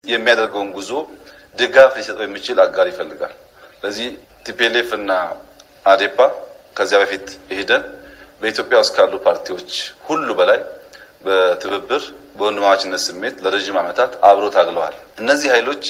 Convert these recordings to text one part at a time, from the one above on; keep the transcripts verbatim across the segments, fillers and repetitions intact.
የሚያደርገውን ጉዞ ድጋፍ ሊሰጠው የሚችል አጋር ይፈልጋል። ስለዚህ ቲፒኤልኤፍ እና አዴፓ ከዚያ በፊት ሄደን በኢትዮጵያ ውስጥ ካሉ ፓርቲዎች ሁሉ በላይ በትብብር በወንድማማችነት ስሜት ለረጅም ዓመታት አብሮ ታግለዋል። እነዚህ ኃይሎች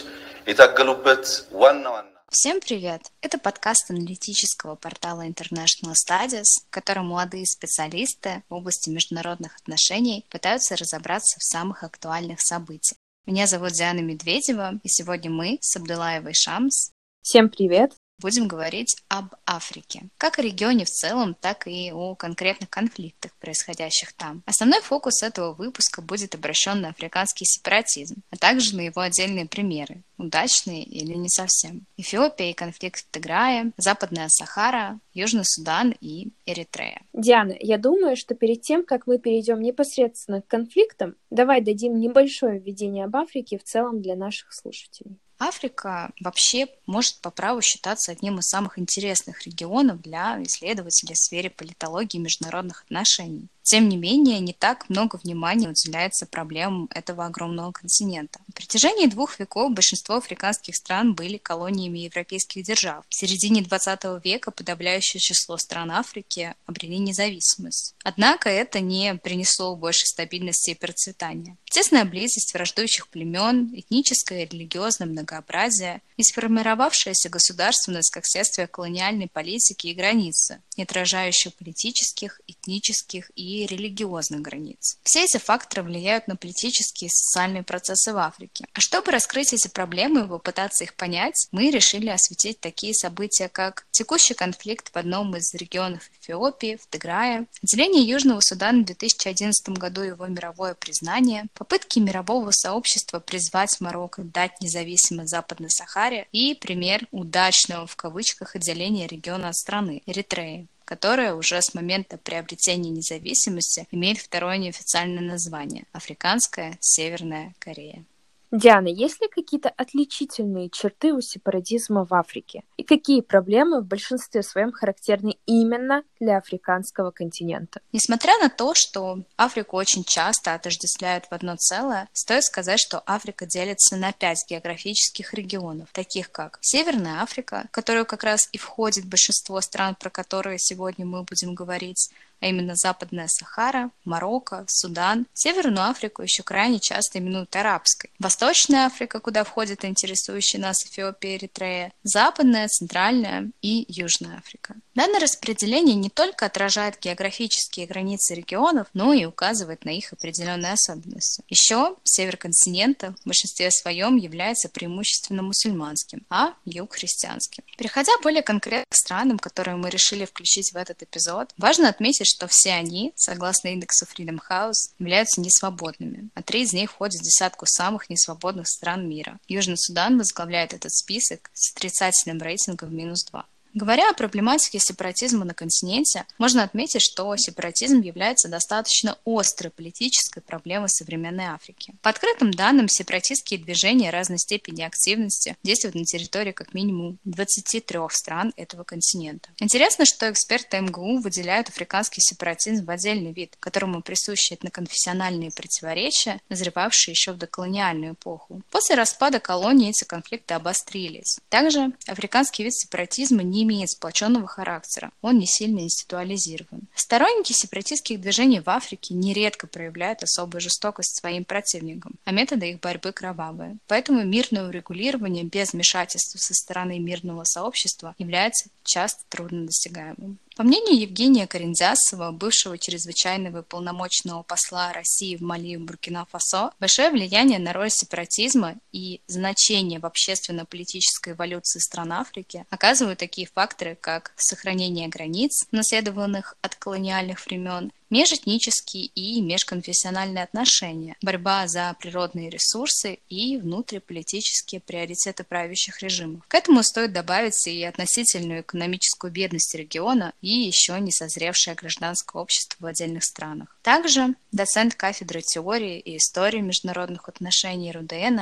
የታገሉበት ዋና ዋና Всем привет! Это подкаст аналитического портала International Studies, в котором молодые специалисты в области международных отношений пытаются разобраться в самых актуальных событиях. Меня зовут Диана Медведева, и сегодня мы с Абдуллаевой Шамс Всем привет! будем говорить об Африке, как о регионе в целом, так и о конкретных конфликтах, происходящих там. Основной фокус этого выпуска будет обращен на африканский сепаратизм, а также на его отдельные примеры, удачные или не совсем. Эфиопия и конфликт в Тиграе, Западная Сахара, Южный Судан и Эритрея. Диана, я думаю, что перед тем, как мы перейдем непосредственно к конфликтам, давай дадим небольшое введение об Африке в целом для наших слушателей. Африка вообще может по праву считаться одним из самых интересных регионов для исследователей в сфере политологии и международных отношений. Тем не менее, не так много внимания уделяется проблемам этого огромного континента. На протяжении двух веков большинство африканских стран были колониями европейских держав. В середине двадцатого века подавляющее число стран Африки обрели независимость. Однако это не принесло больше стабильности и процветания. Тесная близость враждующих племен, этническое и религиозное многообразие и сформировавшаяся государственность как следствие колониальной политики и границы, не отражающие политических, этнических и религиозных границ. Все эти факторы влияют на политические и социальные процессы в Африке. А чтобы раскрыть эти проблемы и попытаться их понять, мы решили осветить такие события, как текущий конфликт в одном из регионов Эфиопии, в Тиграе, отделение Южного Судана в две тысячи одиннадцатом году его мировое признание, попытки мирового сообщества призвать Марокко дать независимость Западной Сахаре и пример удачного в кавычках отделения региона от страны Эритреи, которая уже с момента приобретения независимости имеет второе неофициальное название – Африканская Северная Корея. Диана, есть ли какие-то отличительные черты у сепаратизма в Африке? И какие проблемы в большинстве своем характерны именно для африканского континента? Несмотря на то, что Африку очень часто отождествляют в одно целое, стоит сказать, что Африка делится на пять географических регионов, таких как Северная Африка, в которую как раз и входит большинство стран, про которые сегодня мы будем говорить, а именно Западная Сахара, Марокко, Судан. Северную Африку еще крайне часто именуют арабской. Восточная Африка, куда входят интересующие нас Эфиопия и Эритрея, Западная, Центральная и Южная Африка. Данное распределение не только отражает географические границы регионов, но и указывает на их определенные особенности. Еще север континента в большинстве своем является преимущественно мусульманским, а юг христианским. Переходя более конкретно к странам, которые мы решили включить в этот эпизод, важно отметить, что все они, согласно индексу Freedom House, являются несвободными, а три из них входят в десятку самых несвободных стран мира. Южный Судан возглавляет этот список с отрицательным рейтингом минус два. Говоря о проблематике сепаратизма на континенте, можно отметить, что сепаратизм является достаточно острой политической проблемой современной Африки. По открытым данным, сепаратистские движения разной степени активности действуют на территории как минимум двадцати трёх стран этого континента. Интересно, что эксперты эм гэ у выделяют африканский сепаратизм в отдельный вид, которому присущи этноконфессиональные противоречия, назревавшие еще в доколониальную эпоху. После распада колонии эти конфликты обострились. Также африканский вид сепаратизма не имеет сплоченного характера, он не сильно институализирован. Сторонники сепаратистских движений в Африке нередко проявляют особую жестокость своим противникам, а методы их борьбы кровавые. Поэтому мирное урегулирование без вмешательства со стороны мирного сообщества является часто труднодосягаемым. По мнению Евгения Кариндясова, бывшего чрезвычайного и полномочного посла России в Мали и Буркина-Фасо, большое влияние на роль сепаратизма и значение в общественно-политической эволюции стран Африки оказывают такие факторы, как сохранение границ, наследованных от колониальных времен, межэтнические и межконфессиональные отношения, борьба за природные ресурсы и внутриполитические приоритеты правящих режимов. К этому стоит добавить и относительную экономическую бедность региона и еще не созревшее гражданское общество в отдельных странах. Также доцент кафедры теории и истории международных отношений эр у дэ эна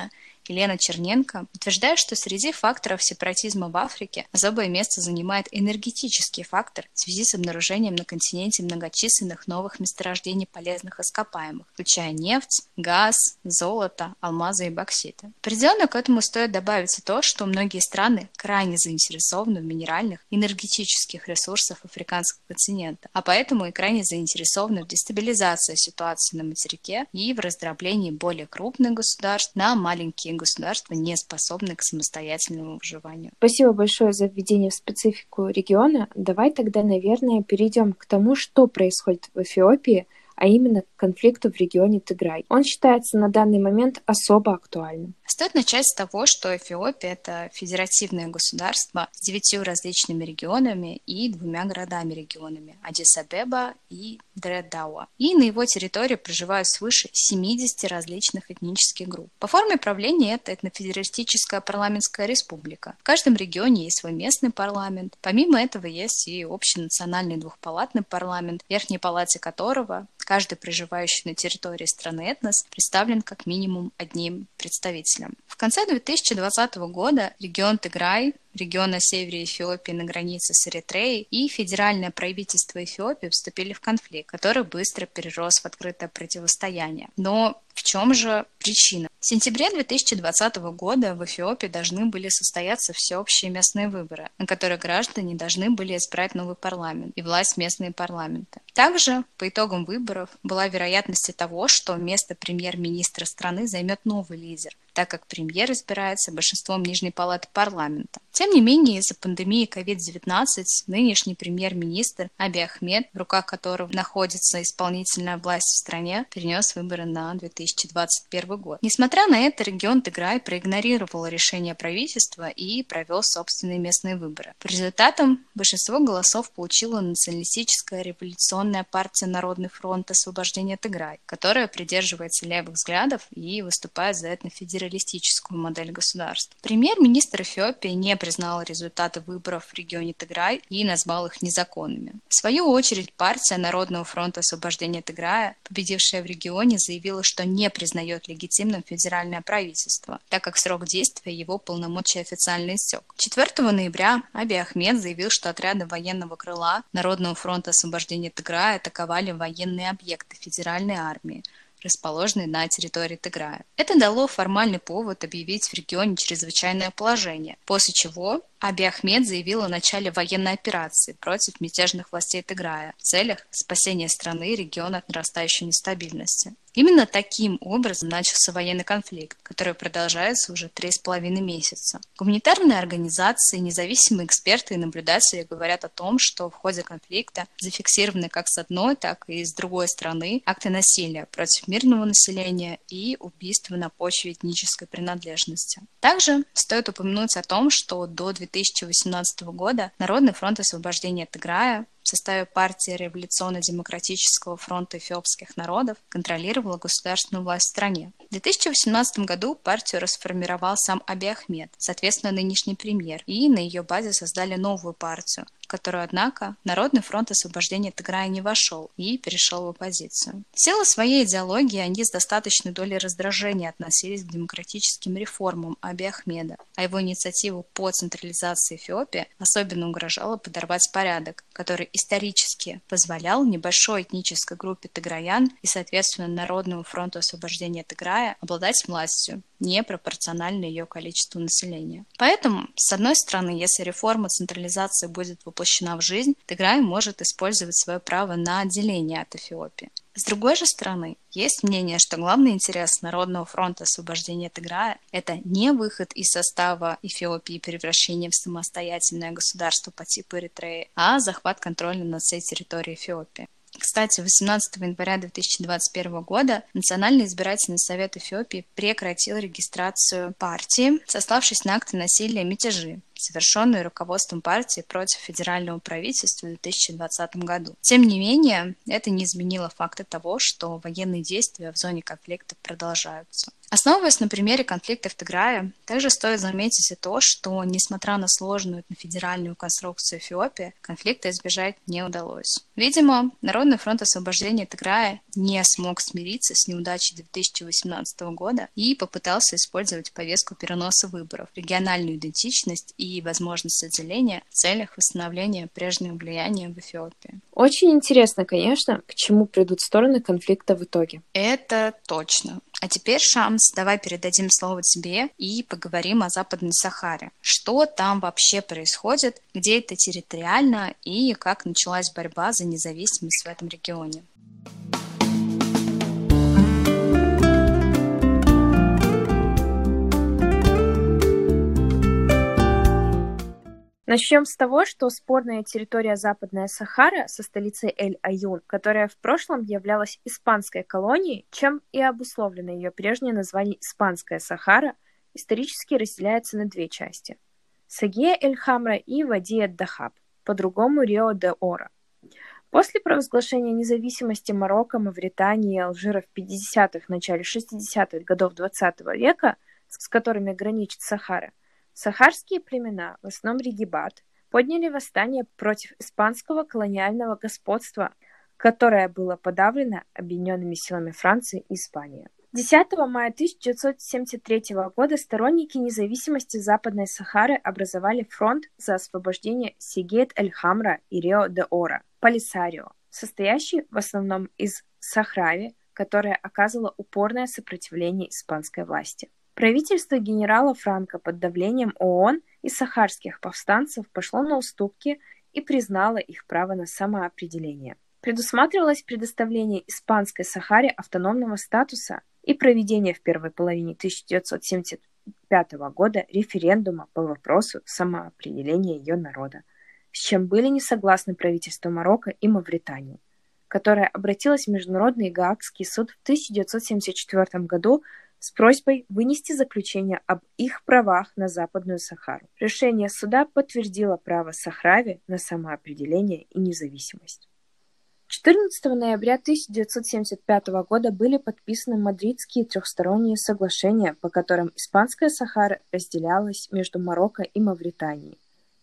Елена Черненко утверждает, что среди факторов сепаратизма в Африке особое место занимает энергетический фактор в связи с обнаружением на континенте многочисленных новых месторождений полезных ископаемых, включая нефть, газ, золото, алмазы и бокситы. Определенно к этому стоит добавить и то, что многие страны крайне заинтересованы в минеральных и энергетических ресурсах африканского континента, а поэтому и крайне заинтересованы в дестабилизации ситуации на материке и в раздроблении более крупных государств на маленькие государства, не способные к самостоятельному выживанию. Спасибо большое за введение в специфику региона. Давай тогда, наверное, перейдем к тому, что происходит в Эфиопии, а именно к конфликту в регионе Тиграй. Он считается на данный момент особо актуальным. Стоит начать с того, что Эфиопия – это федеративное государство с девятью различными регионами и двумя городами-регионами – Аддис-Абеба и Дреддауа. И на его территории проживают свыше семидесяти различных этнических групп. По форме правления это этнофедератическая парламентская республика. В каждом регионе есть свой местный парламент. Помимо этого есть и общенациональный двухпалатный парламент, в верхней палате которого каждый проживающий на территории страны этнос представлен как минимум одним представителем. В конце две тысячи двадцатого года регион Тиграй, регион на севере Эфиопии на границе с Эритреей, и федеральное правительство Эфиопии вступили в конфликт, который быстро перерос в открытое противостояние. Но в чем же причина? В сентябре две тысячи двадцатого года в Эфиопии должны были состояться всеобщие местные выборы, на которые граждане должны были избрать новый парламент и власть местные парламенты. Также по итогам выборов была вероятность того, что место премьер-министра страны займет новый лидер, так как премьер избирается большинством Нижней палаты парламента. Тем не менее, из-за пандемии ковид девятнадцать нынешний премьер-министр Абий Ахмед, в руках которого находится исполнительная власть в стране, перенес выборы на две тысячи двадцать первый год. Несмотря на это, регион Тиграй проигнорировал решение правительства и провел собственные местные выборы. По результатам большинство голосов получила националистическая революционная партия Народный фронт освобождения Тиграй, которая придерживается левых взглядов и выступает за этнофедералистическую модель государства. Премьер-министр Эфиопии не признал результаты выборов в регионе Тиграй и назвал их незаконными. В свою очередь, партия Народного фронта освобождения Тиграя, победившая в регионе, заявила, что не признает легитимным федеральное правительство, так как срок действия его полномочий официально истек. четвёртого ноября Абий Ахмед заявил, что отряды военного крыла Народного фронта освобождения Тиграя атаковали военные объекты федеральной армии, расположенные на территории Тиграя. Это дало формальный повод объявить в регионе чрезвычайное положение, после чего Абий Ахмед заявил о начале военной операции против мятежных властей Тиграя в целях спасения страны и региона от нарастающей нестабильности. Именно таким образом начался военный конфликт, который продолжается уже три с половиной месяца. Гуманитарные организации, независимые эксперты и наблюдатели говорят о том, что в ходе конфликта зафиксированы как с одной, так и с другой стороны акты насилия против мирного населения и убийства на почве этнической принадлежности. Также стоит упомянуть о том, что до две тысячи восемнадцатого года Народный фронт освобождения Тиграя в составе партии Революционно-демократического фронта эфиопских народов контролировала государственную власть в стране. В две тысячи восемнадцатом году партию расформировал сам Абий Ахмед, соответственно, нынешний премьер, и на ее базе создали новую партию, в которую, однако, Народный фронт освобождения Тиграя не вошел и перешел в оппозицию. В силу своей идеологии они с достаточной долей раздражения относились к демократическим реформам Абия Ахмеда, а его инициативу по централизации Эфиопии особенно угрожало подорвать порядок, который исторически позволял небольшой этнической группе тиграян и, соответственно, Народному фронту освобождения Тиграя обладать властью, непропорционально ее количеству населения. Поэтому, с одной стороны, если реформа централизации будет воплощена в жизнь, Тиграй может использовать свое право на отделение от Эфиопии. С другой же стороны, есть мнение, что главный интерес Народного фронта освобождения Тиграя – это не выход из состава Эфиопии и превращение в самостоятельное государство по типу Эритреи, а захват контроля над всей территорией Эфиопии. Кстати, восемнадцатого января две тысячи двадцать первого года Национальный избирательный совет Эфиопии прекратил регистрацию партии, сославшись на акты насилия и мятежи, совершенные руководством партии против федерального правительства в две тысячи двадцатом году. Тем не менее, это не изменило факта того, что военные действия в зоне конфликта продолжаются. Основываясь на примере конфликта в Тиграе, также стоит заметить и то, что, несмотря на сложную федеральную конструкцию Эфиопии, конфликта избежать не удалось. Видимо, Народный фронт освобождения Тиграя не смог смириться с неудачей две тысячи восемнадцатого года и попытался использовать повестку переноса выборов, региональную идентичность и возможность отделения в целях восстановления прежнего влияния в Эфиопии. Очень интересно, конечно, к чему придут стороны конфликта в итоге. Это точно. А теперь, Шамс, давай передадим слово тебе и поговорим о Западной Сахаре. Что там вообще происходит, где это территориально и как началась борьба за независимость в этом регионе? Начнем с того, что спорная территория Западная Сахара со столицей Эль-Аюн, которая в прошлом являлась испанской колонией, чем и обусловлено ее прежнее название Испанская Сахара, исторически разделяется на две части – Сагия Эль-Хамра и Вади ад-Дахаб, по-другому Рио-де-Оро. После провозглашения независимости Марокко, Мавритании и Алжира в пятидесятых, начале шестидесятых годов двадцатого века, с которыми граничит Сахара, сахарские племена, в основном Регибат, подняли восстание против испанского колониального господства, которое было подавлено объединенными силами Франции и Испании. десятого мая тысяча девятьсот семьдесят третьего года сторонники независимости Западной Сахары образовали фронт за освобождение Сегет-эль-Хамра и Рио-де-Оро, Полисарио, состоящий в основном из Сахрави, которая оказывала упорное сопротивление испанской власти. Правительство генерала Франко под давлением ООН и сахарских повстанцев пошло на уступки и признало их право на самоопределение. Предусматривалось предоставление Испанской Сахаре автономного статуса и проведение в первой половине тысяча девятьсот семьдесят пятого года референдума по вопросу самоопределения ее народа, с чем были не согласны правительства Марокко и Мавритании, которое обратилось в Международный Гаагский суд в тысяча девятьсот семьдесят четвёртом году с просьбой вынести заключение об их правах на Западную Сахару. Решение суда подтвердило право Сахрави на самоопределение и независимость. четырнадцатого ноября тысяча девятьсот семьдесят пятого года были подписаны Мадридские трехсторонние соглашения, по которым Испанская Сахара разделялась между Марокко и Мавританией.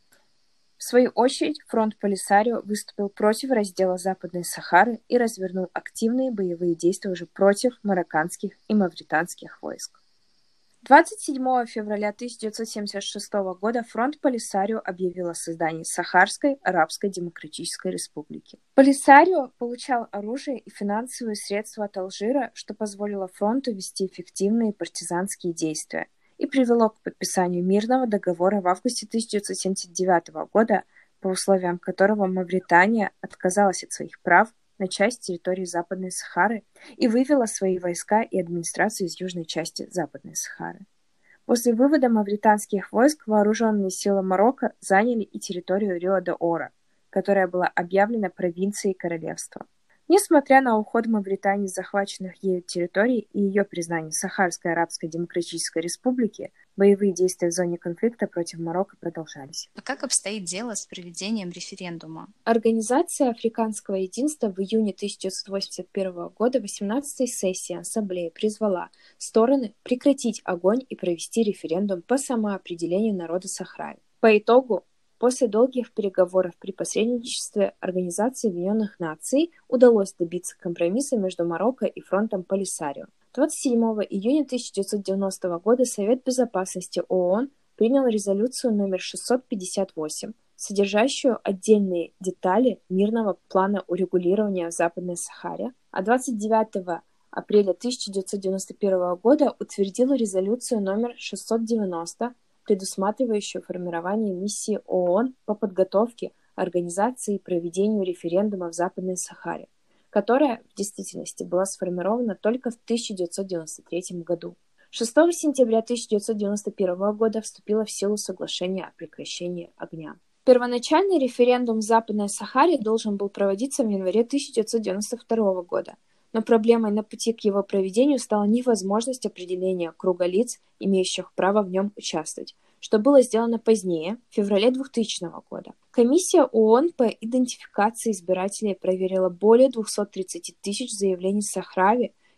В свою очередь, фронт Полисарио выступил против раздела Западной Сахары и развернул активные боевые действия уже против марокканских и мавританских войск. двадцать седьмого февраля тысяча девятьсот семьдесят шестого года фронт Полисарио объявил о создании Сахарской Арабской Демократической Республики. Полисарио получал оружие и финансовые средства от Алжира, что позволило фронту вести эффективные партизанские действия, и привело к подписанию мирного договора в августе тысяча девятьсот семьдесят девятого года, по условиям которого Мавритания отказалась от своих прав на часть территории Западной Сахары и вывела свои войска и администрацию из южной части Западной Сахары. После вывода мавританских войск вооруженные силы Марокко заняли и территорию Рио-де-Оро, которая была объявлена провинцией королевства. Несмотря на уход Мавритании из захваченных ею территорий и ее признание Сахарской Арабской Демократической Республики, боевые действия в зоне конфликта против Марокко продолжались. А как обстоит дело с проведением референдума? Организация Африканского единства в июне тысяча девятьсот восемьдесят первого года восемнадцатой сессии Ассамблеи призвала стороны прекратить огонь и провести референдум по самоопределению народа Сахрави. По итогу, после долгих переговоров при посредничестве Организации Объединенных Наций удалось добиться компромисса между Марокко и фронтом Полисарио. двадцать седьмого июня тысяча девятьсот девяностого года Совет Безопасности ООН принял резолюцию номер шестьсот пятьдесят восемь, содержащую отдельные детали мирного плана урегулирования в Западной Сахаре, а двадцать девятого апреля тысяча девятьсот девяносто первого года утвердил резолюцию номер шестьсот девяносто, предусматривающую формирование миссии ООН по подготовке, организации и проведению референдума в Западной Сахаре, которая в действительности была сформирована только в тысяча девятьсот девяносто третьем году. шестого сентября тысяча девятьсот девяносто первого года вступило в силу соглашение о прекращении огня. Первоначальный референдум в Западной Сахаре должен был проводиться в январе тысяча девятьсот девяносто второго года, но проблемой на пути к его проведению стала невозможность определения круга лиц, имеющих право в нем участвовать, что было сделано позднее, в феврале двухтысячного года. Комиссия ООН по идентификации избирателей проверила более двухсот тридцати тысяч заявлений Сахрави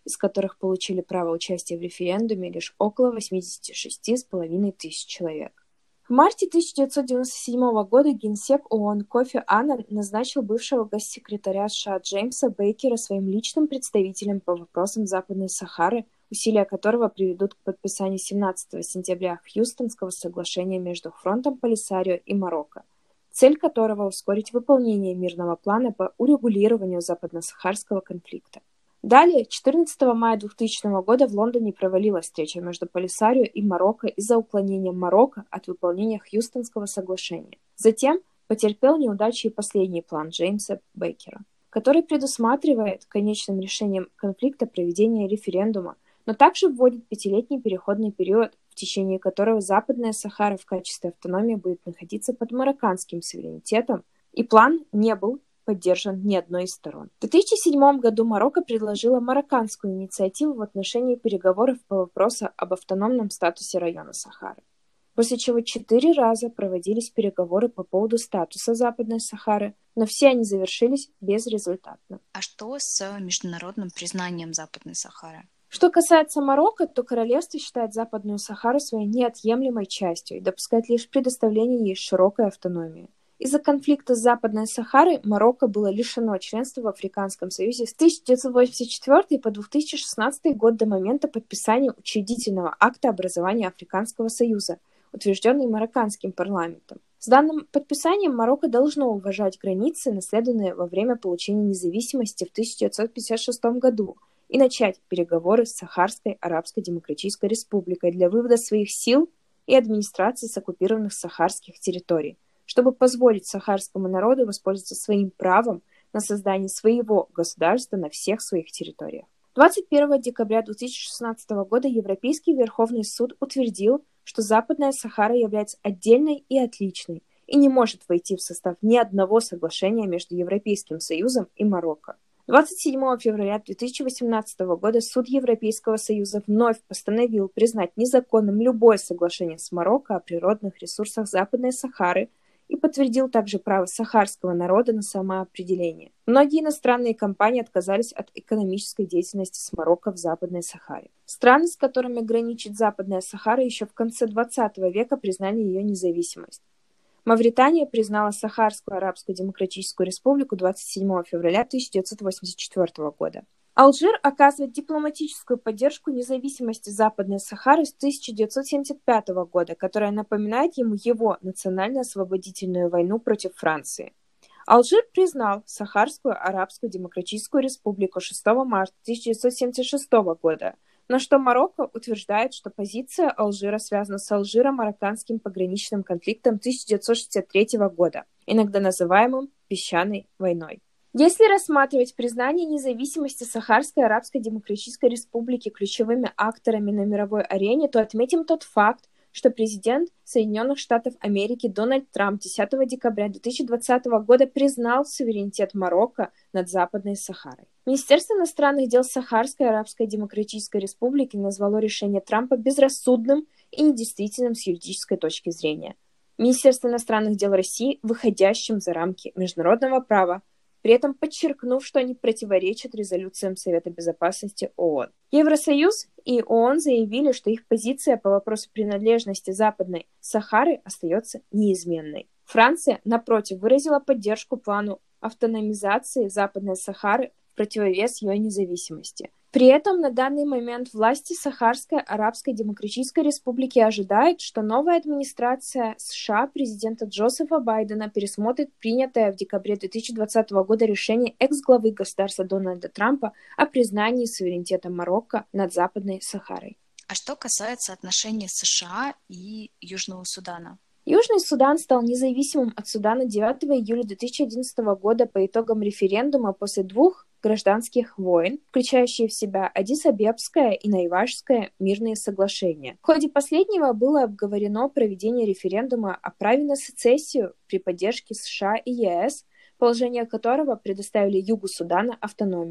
из которых получили право участия в референдуме лишь около восемьдесят шесть целых пять десятых тысяч человек. В марте тысяча девятьсот девяносто седьмого года генсек ООН Кофи Аннан назначил бывшего госсекретаря США Джеймса Бейкера своим личным представителем по вопросам Западной Сахары, усилия которого приведут к подписанию семнадцатого сентября Хьюстонского соглашения между фронтом Полисарио и Марокко, цель которого ускорить выполнение мирного плана по урегулированию западно-сахарского конфликта. Далее, четырнадцатого мая двухтысячного года в Лондоне провалилась встреча между Полисарио и Марокко из-за уклонения Марокко от выполнения Хьюстонского соглашения. Затем потерпел неудачи и последний план Джеймса Бейкера, который предусматривает конечным решением конфликта проведение референдума, но также вводит пятилетний переходный период, в течение которого Западная Сахара в качестве автономии будет находиться под марокканским суверенитетом, и план не был поддержан ни одной из сторон. В две тысячи седьмом году Марокко предложила марокканскую инициативу в отношении переговоров по вопросу об автономном статусе района Сахары, после чего четыре раза проводились переговоры по поводу статуса Западной Сахары, но все они завершились безрезультатно. А что с международным признанием Западной Сахары? Что касается Марокко, то королевство считает Западную Сахару своей неотъемлемой частью и допускает лишь предоставление ей широкой автономии. Из-за конфликта с Западной Сахарой Марокко было лишено членства в Африканском Союзе с тысяча девятьсот восемьдесят четвёртого по две тысячи шестнадцатый год до момента подписания учредительного акта образования Африканского Союза, утвержденный марокканским парламентом. С данным подписанием Марокко должно уважать границы, наследованные во время получения независимости в тысяча девятьсот пятьдесят шестом году, и начать переговоры с Сахарской Арабской Демократической Республикой для вывода своих сил и администрации с оккупированных сахарских территорий, чтобы позволить сахарскому народу воспользоваться своим правом на создание своего государства на всех своих территориях. двадцать первого декабря две тысячи шестнадцатого года Европейский Верховный суд утвердил, что Западная Сахара является отдельной и отличной и не может войти в состав ни одного соглашения между Европейским Союзом и Марокко. двадцать седьмого февраля две тысячи восемнадцатого года Суд Европейского Союза вновь постановил признать незаконным любое соглашение с Марокко о природных ресурсах Западной Сахары и подтвердил также право сахарского народа на самоопределение. Многие иностранные компании отказались от экономической деятельности с Марокко в Западной Сахаре. Страны, с которыми граничит Западная Сахара, еще в конце двадцатого века признали ее независимость. Мавритания признала Сахарскую Арабскую Демократическую Республику двадцать седьмого февраля тысяча девятьсот восемьдесят четвёртого года. Алжир оказывает дипломатическую поддержку независимости Западной Сахары с тысяча девятьсот семьдесят пятого года, которая напоминает ему его национально-освободительную войну против Франции. Алжир признал Сахарскую Арабскую Демократическую Республику шестого марта тысяча девятьсот семьдесят шестого года, на что Марокко утверждает, что позиция Алжира связана с Алжиро-марокканским пограничным конфликтом тысяча девятьсот шестьдесят третьего года, иногда называемым «песчаной войной». Если рассматривать признание независимости Сахарской Арабской Демократической Республики ключевыми акторами на мировой арене, то отметим тот факт, что президент Соединенных Штатов Америки Дональд Трамп десятого декабря две тысячи двадцатого года признал суверенитет Марокко над Западной Сахарой. Министерство иностранных дел Сахарской Арабской Демократической Республики назвало решение Трампа безрассудным и недействительным с юридической точки зрения. Министерство иностранных дел России выходящим за рамки международного права, при этом подчеркнув, что они противоречат резолюциям Совета Безопасности ООН. Евросоюз и ООН заявили, что их позиция по вопросу принадлежности Западной Сахары остается неизменной. Франция, напротив, выразила поддержку плану автономизации Западной Сахары в противовес ее независимости. При этом на данный момент власти Сахарской Арабской Демократической Республики ожидают, что новая администрация США президента Джозефа Байдена пересмотрит принятое в декабре две тысячи двадцатого года решение экс-главы государства Дональда Трампа о признании суверенитета Марокко над Западной Сахарой. А что касается отношений США и Южного Судана? Южный Судан стал независимым от Судана девятого июля две тысячи одиннадцатого года по итогам референдума после двух гражданских войн, включающие в себя Аддис-Абебское и Найвашское мирные соглашения. В ходе последнего было обговорено проведение референдума о праве на сецессию при поддержке США и ЕС, положение которого предоставили Югу Судана автономию.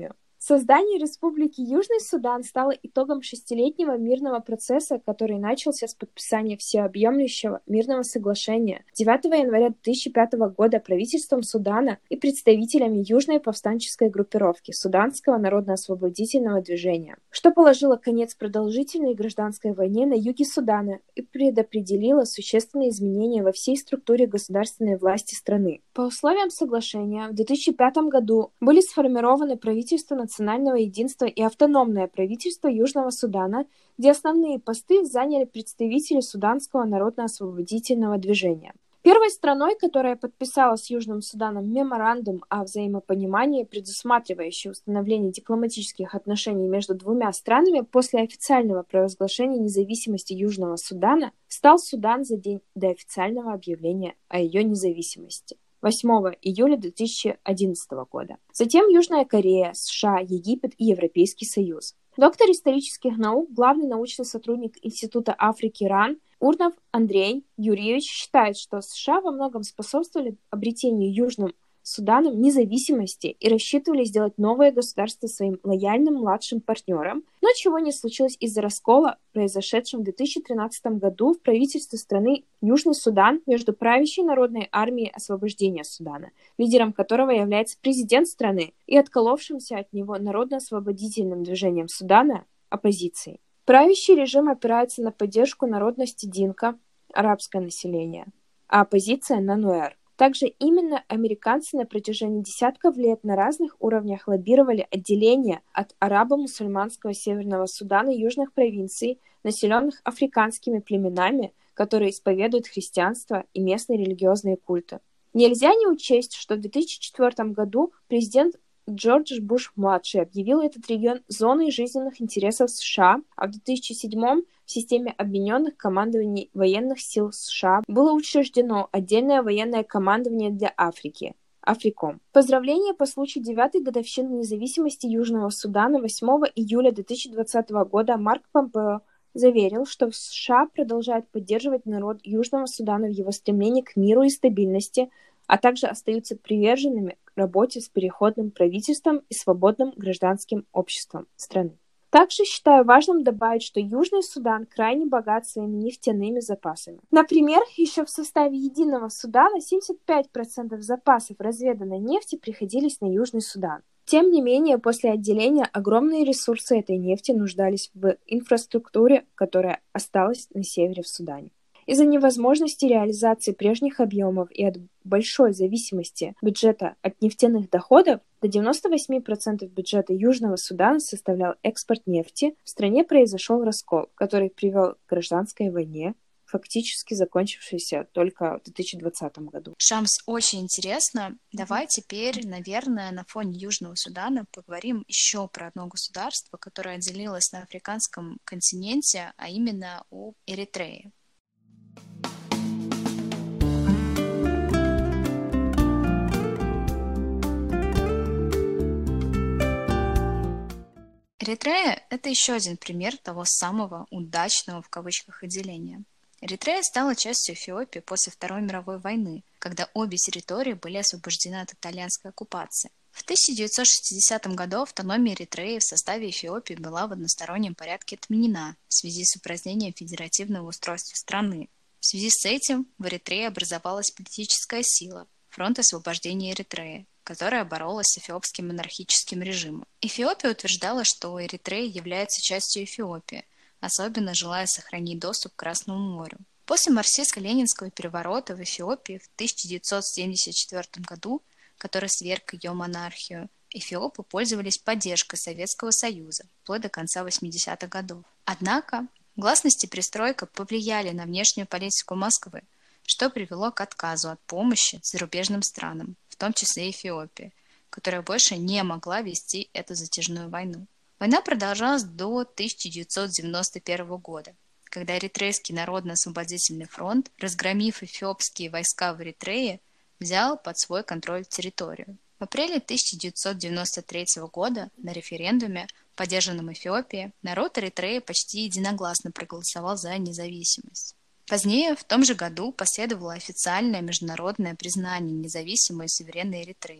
Создание Республики Южный Судан стало итогом шестилетнего мирного процесса, который начался с подписания всеобъемлющего мирного соглашения девятого января две тысячи пятого года правительством Судана и представителями Южной повстанческой группировки Суданского народно-освободительного движения, что положило конец продолжительной гражданской войне на юге Судана и предопределило существенные изменения во всей структуре государственной власти страны. По условиям соглашения в две тысячи пятом году были сформированы правительство национального единства и автономное правительство Южного Судана, где основные посты заняли представители Суданского народно-освободительного движения. Первой страной, которая подписала с Южным Суданом меморандум о взаимопонимании, предусматривающий установление дипломатических отношений между двумя странами после официального провозглашения независимости Южного Судана, стал Судан за день до официального объявления о ее независимости. восьмого июля две тысячи одиннадцатого года. Затем Южная Корея, США, Египет и Европейский Союз. Доктор исторических наук, главный научный сотрудник Института Африки РАН Урнов Андрей Юрьевич считает, что США во многом способствовали обретению Южным Суданом независимости и рассчитывали сделать новое государство своим лояльным младшим партнером, но чего не случилось из-за раскола, произошедшего в две тысячи тринадцатом году в правительстве страны Южный Судан между правящей Народной армией освобождения Судана, лидером которого является президент страны, и отколовшимся от него Народно-освободительным движением Судана оппозицией. Правящий режим опирается на поддержку народности Динка, арабское население, а оппозиция на Нуэр. Также именно американцы на протяжении десятков лет на разных уровнях лоббировали отделение от арабо-мусульманского Северного Судана и южных провинций, населенных африканскими племенами, которые исповедуют христианство и местные религиозные культы. Нельзя не учесть, что в две тысячи четвёртом году президент Джордж Буш-младший объявил этот регион зоной жизненных интересов США, а в две тысячи седьмом в системе объединенных командований военных сил США было учреждено отдельное военное командование для Африки – Африком. Поздравления по случаю девятой годовщины независимости Южного Судана восьмого июля две тысячи двадцатого года Марк Помпео заверил, что США продолжают поддерживать народ Южного Судана в его стремлении к миру и стабильности, а также остаются приверженными работе с переходным правительством и свободным гражданским обществом страны. Также считаю важным добавить, что Южный Судан крайне богат своими нефтяными запасами. Например, еще в составе Единого Судана семьдесят пять процентов запасов разведанной нефти приходились на Южный Судан. Тем не менее, после отделения огромные ресурсы этой нефти нуждались в инфраструктуре, которая осталась на севере в Судане. Из-за невозможности реализации прежних объемов и от большой зависимости бюджета от нефтяных доходов, до девяноста восьми процентов бюджета Южного Судана составлял экспорт нефти, в стране произошел раскол, который привел к гражданской войне, фактически закончившейся только в две тысячи двадцатом году. Шамс, очень интересно. Давай теперь, наверное, на фоне Южного Судана поговорим еще про одно государство, которое отделилось на африканском континенте, а именно о Эритрее. Эритрея – это еще один пример того самого «удачного» в кавычках отделения. Эритрея стала частью Эфиопии после Второй мировой войны, когда обе территории были освобождены от итальянской оккупации. В тысяча девятьсот шестидесятом году автономия Эритреи в составе Эфиопии была в одностороннем порядке отменена в связи с упразднением федеративного устройства страны. В связи с этим в Эритрее образовалась политическая сила – Фронт освобождения Эритреи, которая боролась с эфиопским монархическим режимом. Эфиопия утверждала, что Эритрея является частью Эфиопии, особенно желая сохранить доступ к Красному морю. После марксистско-ленинского переворота в Эфиопии в тысяча девятьсот семьдесят четвёртом году, который сверг ее монархию, эфиопы пользовались поддержкой Советского Союза вплоть до конца восьмидесятых годов. Однако гласность и перестройка повлияли на внешнюю политику Москвы, что привело к отказу от помощи зарубежным странам, в том числе Эфиопии, которая больше не могла вести эту затяжную войну. Война продолжалась до тысяча девятьсот девяносто первого года, когда Эритрейский народно-освободительный фронт, разгромив эфиопские войска в Эритрее, взял под свой контроль территорию. В апреле тысяча девятьсот девяносто третьего года на референдуме, поддержанном Эфиопией, народ Эритреи почти единогласно проголосовал за независимость. Позднее, в том же году, последовало официальное международное признание независимой и суверенной Эритреи.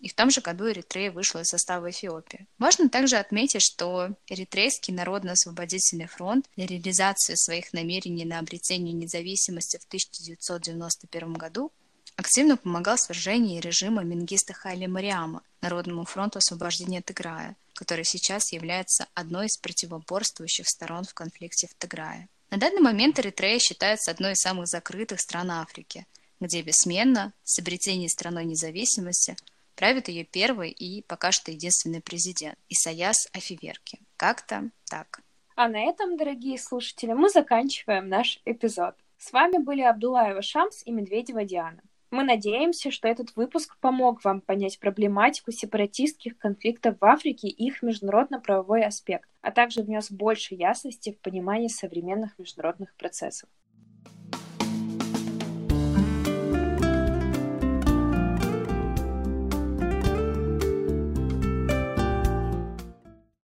И в том же году Эритрея вышла из состава Эфиопии. Важно также отметить, что Эритрейский народно-освободительный фронт для реализации своих намерений на обретение независимости в тысяча девятьсот девяносто первом году активно помогал свержению режима Менгиста Хайли Мариама, Народному фронту освобождения Тиграя, который сейчас является одной из противоборствующих сторон в конфликте в Тиграе. На данный момент Эритрея считается одной из самых закрытых стран Африки, где бессменно, с обретением страной независимости, правит ее первый и пока что единственный президент Исайяс Афеверки. Как-то так. А на этом, дорогие слушатели, мы заканчиваем наш эпизод. С вами были Абдуллаева Шамс и Медведева Диана. Мы надеемся, что этот выпуск помог вам понять проблематику сепаратистских конфликтов в Африке и их международно-правовой аспект, а также внес больше ясности в понимание современных международных процессов.